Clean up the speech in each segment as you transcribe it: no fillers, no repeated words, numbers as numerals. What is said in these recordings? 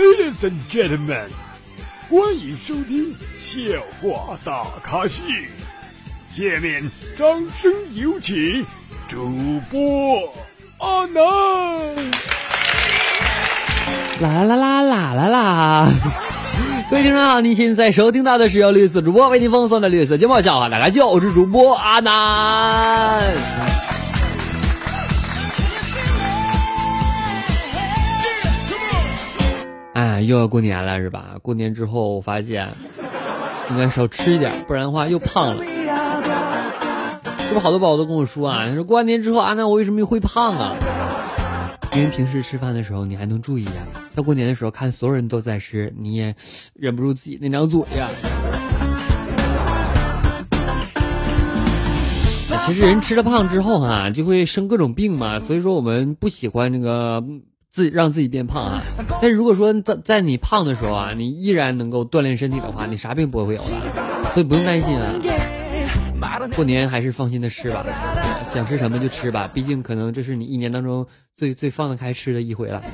Ladies and gentlemen， 欢迎收听笑话大咖秀。下面掌声有请主播阿南。 啦啦啦啦啦啦！各位听众好，您现在收听到的是由绿色主播为您奉送的绿色节目笑话大咖秀，我是主播阿南。哎，又要过年了是吧？过年之后我发现应该少吃一点，不然的话又胖了。是不是好多宝宝都跟我说啊，说过完年之后阿南我为什么又会胖啊？因为平时吃饭的时候你还能注意呀，到过年的时候看所有人都在吃，你也忍不住自己那张嘴呀。其实人吃了胖之后啊，就会生各种病嘛，所以说我们不喜欢这个让自己变胖啊。但是如果说在你胖的时候啊，你依然能够锻炼身体的话，你啥病不会有的，所以不用担心啊。过年还是放心的吃吧，想吃什么就吃吧，毕竟可能这是你一年当中最放得开吃的一回了。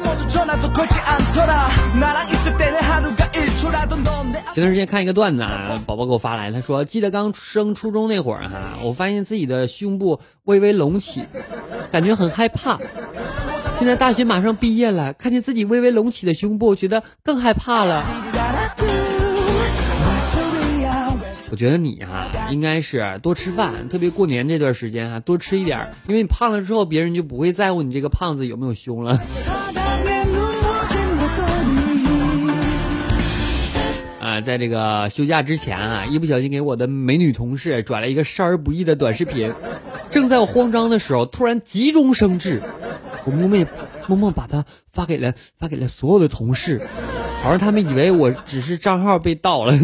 前段时间看一个段子啊，宝宝给我发来，他说记得刚升初中那会儿哈，我发现自己的胸部微微隆起，感觉很害怕。现在大学马上毕业了，看见自己微微隆起的胸部，我觉得更害怕了。我觉得你应该是多吃饭，特别过年这段时间多吃一点，因为你胖了之后别人就不会在乎你这个胖子有没有胸了。在这个休假之前一不小心给我的美女同事转了一个少儿不宜的短视频，正在我慌张的时候突然急中生智，我默默把它发给了所有的同事，好让他们以为我只是账号被盗了。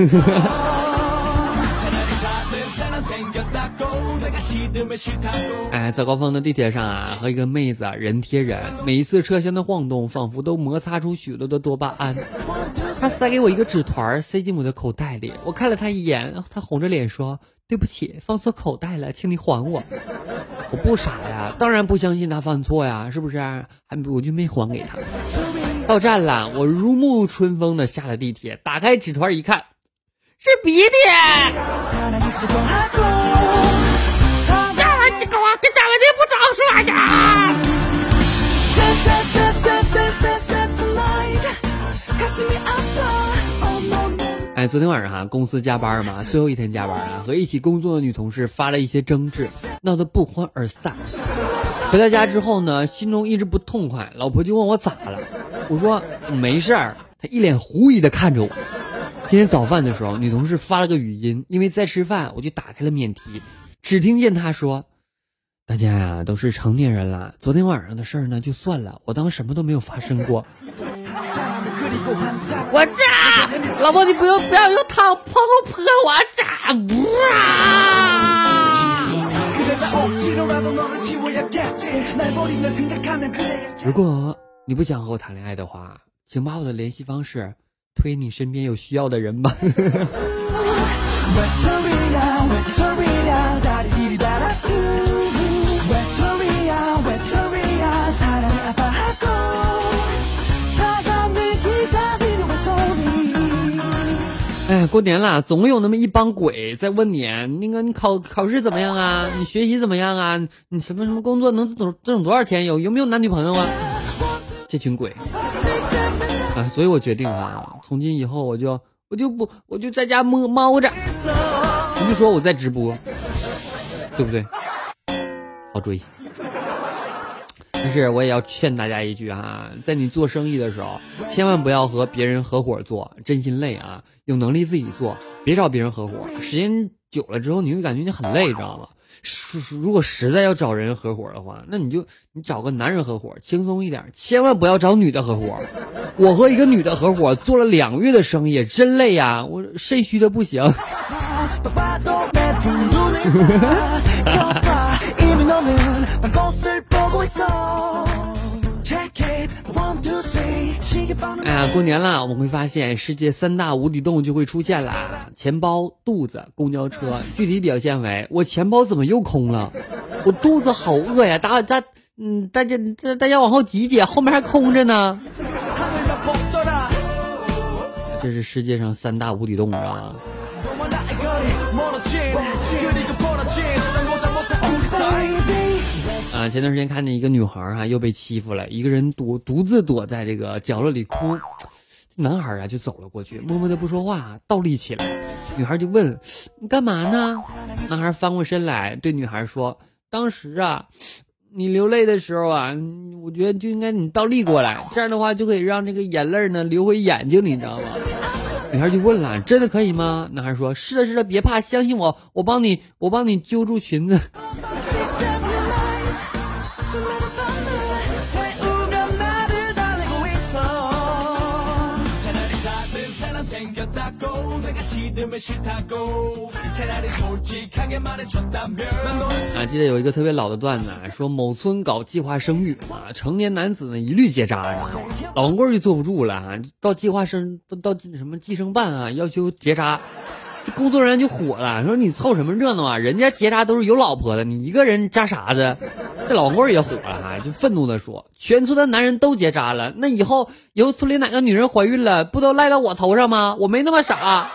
早高峰的地铁上和一个妹子人贴人，每一次车厢的晃动仿佛都摩擦出许多的多巴胺。她塞给我一个纸团塞进我的口袋里，我看了她一眼，她红着脸说对不起，放错口袋了，请你还我。我不傻呀，当然不相信她犯错呀，是不是？我就没还给她。到站了，我如沐春风的下了地铁，打开纸团一看，是鼻涕。跟咱们这不早说呀！昨天晚上公司加班嘛，最后一天加班和一起工作的女同事发了一些争执，闹得不欢而散。回到家之后呢，心中一直不痛快，老婆就问我咋了，我说没事儿，她一脸狐疑的看着我。今天早饭的时候，女同事发了个语音，因为在吃饭，我就打开了免提，只听见她说：“大家呀，都是成年人了，昨天晚上的事儿呢就算了，我当什么都没有发生过。”我炸！老婆，你不要用汤泼我炸！如果你不想和我谈恋爱的话，请把我的联系方式推你身边有需要的人吧。过年了，总有那么一帮鬼在问你，那个你考试怎么样啊？你学习怎么样啊？你什么工作能挣多少钱？有没有男女朋友啊？这群鬼所以我决定从今以后我就在家猫着，你就说我在直播，对不对？好主意。但是我也要劝大家一句在你做生意的时候，千万不要和别人合伙做，真心累有能力自己做，别找别人合伙，时间久了之后你会感觉你很累，知道吗？如果实在要找人合伙的话，那你找个男人合伙轻松一点，千万不要找女的合伙。我和一个女的合伙做了2个月的生意，真累呀，我肾虚的不行。过年了，我们会发现世界3大无底洞就会出现了：钱包、肚子、公交车。具体表现为我钱包怎么又空了？我肚子好饿呀！大家往后挤挤，后面还空着呢。 这是世界上3大无底洞，你知道吗？前段时间看见一个女孩又被欺负了，一个人独自躲在这个角落里哭。男孩就走了过去，默默的不说话，倒立起来。女孩就问：“你干嘛呢？”男孩翻过身来对女孩说：“当时你流泪的时候我觉得就应该你倒立过来，这样的话就可以让这个眼泪呢流回眼睛里，你知道吗？”女孩就问了：“真的可以吗？”男孩说：“是的，是的，别怕，相信我，我帮你揪住裙子。”记得有一个特别老的段子说某村搞计划生育成年男子呢一律结扎，老光棍就坐不住了到什么计生办要求结扎，这工作人员就火了，说你凑什么热闹人家结扎都是有老婆的，你一个人扎啥子？这老光棍也火了就愤怒的说：“全村的男人都结扎了，那以后村里哪个女人怀孕了，不都赖到我头上吗？我没那么傻。”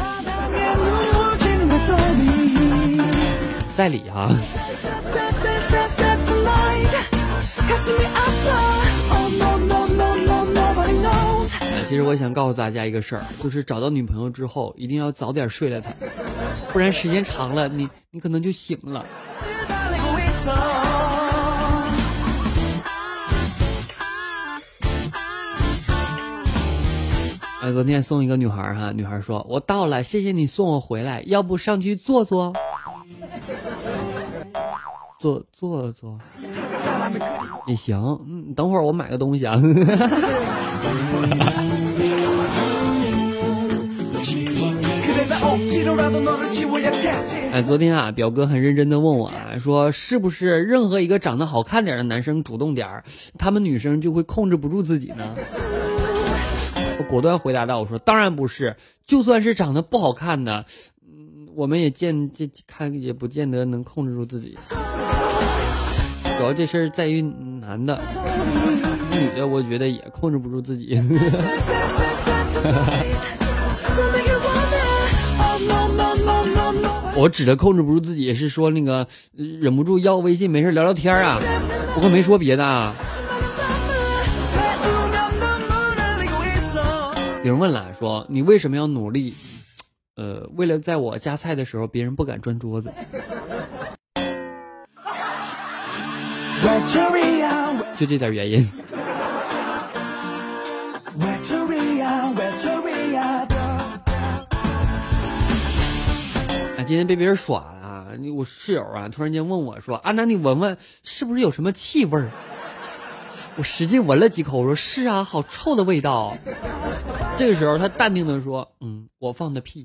在理其实我想告诉大家一个事儿，就是找到女朋友之后一定要早点睡了她，不然时间长了你可能就醒了。昨天送一个女孩女孩说：“我到了，谢谢你送我回来，要不上去坐坐？”坐也行，等会儿我买个东西昨天表哥很认真的问我说是不是任何一个长得好看点的男生主动点他们女生就会控制不住自己呢？我果断回答道，我说当然不是，就算是长得不好看的我们也不见得能控制住自己，主要这事儿在于男的，女的我觉得也控制不住自己。我指的控制不住自己是说那个忍不住要微信没事聊聊天我可没说别的有人问了说你为什么要努力？为了在我夹菜的时候别人不敢转桌子。就这点原因。今天被别人耍了我室友突然间问我说：“阿南，你闻闻是不是有什么气味？”我使劲闻了几口，我说：“是好臭的味道。”这个时候他淡定的说：“我放的屁。”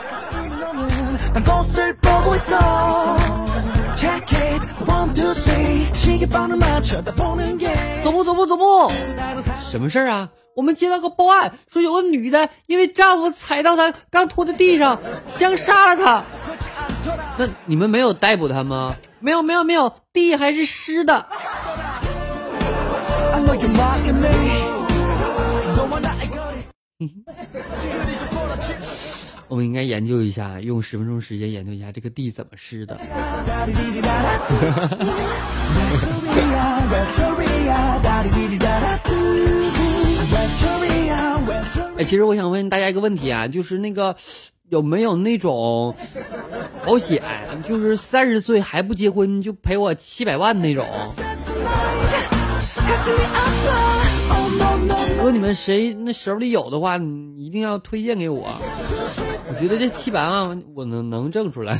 总部，什么事儿我们接到个报案，说有个女的因为丈夫踩到她刚拖在地上，枪杀了她。那你们没有逮捕她吗？没有，地还是湿的。我们应该研究一下，用10分钟时间研究一下这个地怎么湿的。其实我想问大家一个问题就是那个有没有那种保险，就是30岁还不结婚就赔我700万那种？如果你们谁那手里有的话，你一定要推荐给我。我觉得这700万我能挣出来。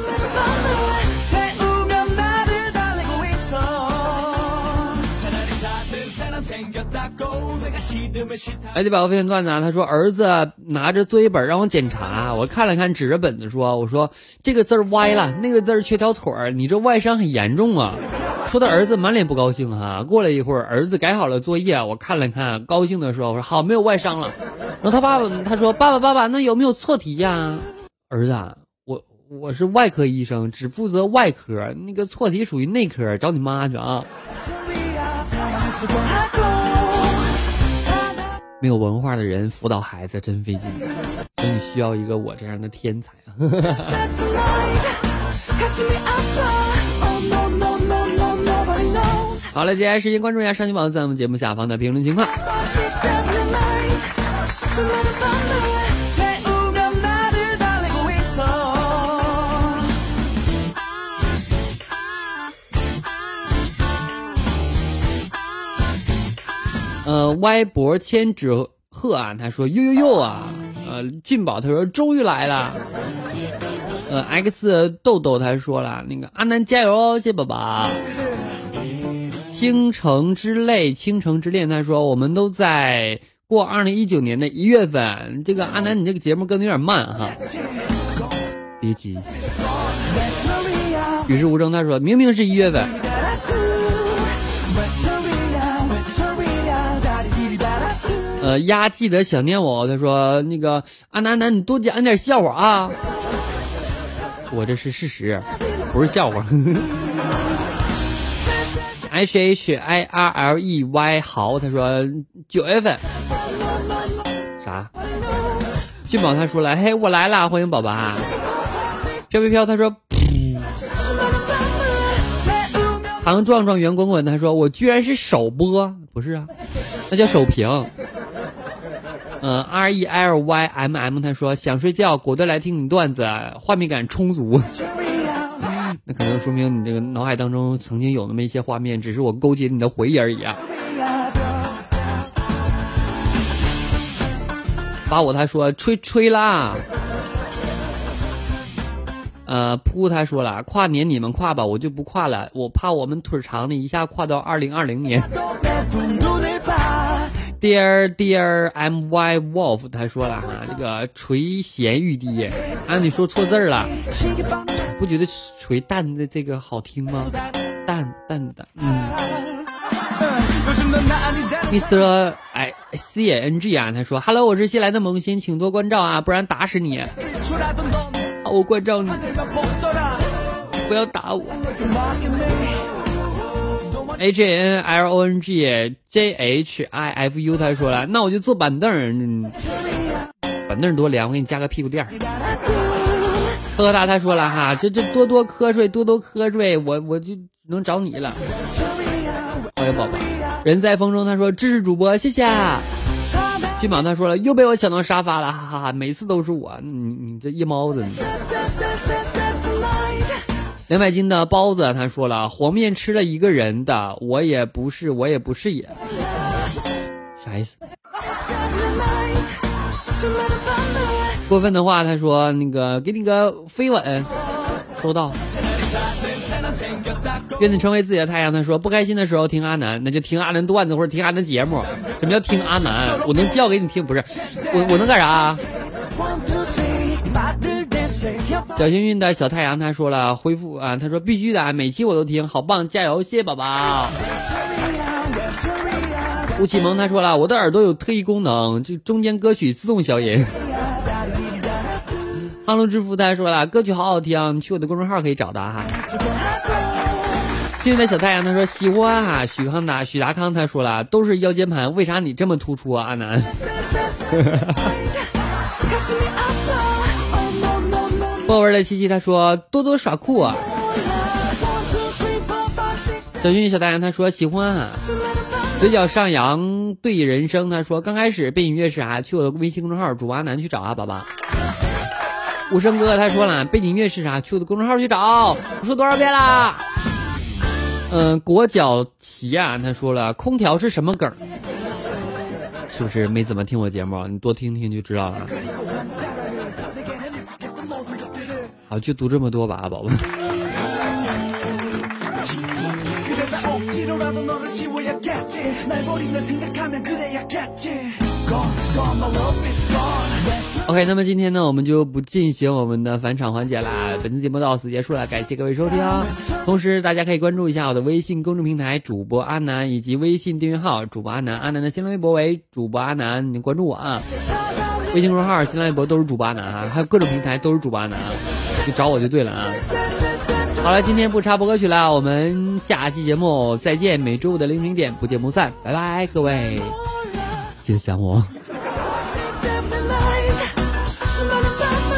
这把我分享段子他说儿子拿着作业本让我检查，我看了看，指着本子说：“我说这个字歪了，那个字缺条腿，你这外伤很严重啊。”说的儿子满脸不高兴过了一会儿，儿子改好了作业，我看了看，高兴的说：“我说好，没有外伤了。”然后他说：“爸爸，那有没有错题呀？”儿子我是外科医生，只负责外科，那个错题属于内科，找你妈去没有文化的人辅导孩子真费劲，所以你需要一个我这样的天才啊。好了，接下来时间关注一下上期网在我们节目下方的评论情况。歪脖千纸鹤啊，他说呦啊，俊宝他说终于来了。X 豆豆他说了，那个阿南加油哦，谢宝宝。倾城之泪，倾城之恋，他说我们都在过2019年的1月份。这个阿南，你这个节目跟的有点慢哈，别急。与世无争他说明明是1月份。丫记得想念我，他说那个阿南你多讲点笑话啊。我这是事实，不是笑话。HHIRLEY 豪他说9月份啥？俊宝他说了，嘿我来了，欢迎宝宝。飘飘飘他说唐壮壮圆滚滚他说我居然是首播，不是啊，那叫首屏。RELYMM 他说想睡觉果断来听你段子，画面感充足。那可能说明你这个脑海当中曾经有那么一些画面，只是我勾起你的回忆而已啊。把我他说吹啦。扑他说了跨年你们跨吧，我就不跨了，我怕我们腿长的一下跨到2020年。Dear MY Wolf 他说了哈，这个垂涎欲滴啊，你说错字了，不觉得垂蛋的这个好听吗？蛋的Mr. CNG 啊，他说 Hello 我是新来的萌新，请多关照啊，不然打死你。好，我关照你，不要打我。HANLONGJHIFU 他说了，那我就坐板凳，板凳多凉，我给你加个屁股垫。喝大他说了哈，这多多瞌睡，我就只能找你了。欢迎宝宝，人在风中他说支持主播，谢谢。君宝他说了，又被我抢到沙发了，哈哈哈，每次都是我，你这夜猫子。200斤的包子他说了，黄面吃了一个人的，我也不是也，啥意思？过分的话他说那个给你个飞吻，收到。愿你成为自己的太阳他说不开心的时候听阿南，那就听阿南段子或者听阿南节目。什么叫听阿南？我能叫给你听，不是我能干啥？小幸运的小太阳他说了恢复啊，他说必须的，每期我都听，好棒，加油，谢谢宝宝。吴启蒙他说了，我的耳朵有特异功能，这中间歌曲自动消音。航龙之父他说了，歌曲好好听，你去我的公众号可以找到哈。幸运的小太阳他说喜欢啊。许达康他说了，都是腰间盘，为啥你这么突出啊，阿南？莫文的七七他说多多耍酷啊。小幸运小太阳他说喜欢啊。嘴角上扬对人生他说刚开始背景音乐是啥，去我的微信公众号主播阿南去找啊，宝宝。武生哥他说了背景音乐是啥，去我的公众号去找，我说多少遍啦。裹脚旗啊他说了空调是什么梗，是不是没怎么听我节目，你多听听就知道了。好，就读这么多吧，宝宝。OK， 那么今天呢，我们就不进行我们的返场环节啦。本次节目到此结束了，感谢各位收听。同时，大家可以关注一下我的微信公众平台主播阿南，以及微信订阅号主播阿南，阿南的新浪微博为主播阿南，你关注我啊。微信公众号、新浪微博都是主播阿南啊，还有各种平台都是主播阿南啊，就找我就对了啊。好了，今天不插播歌曲了，我们下期节目再见，每周五的00点不见不散，拜拜，各位。 记得想我。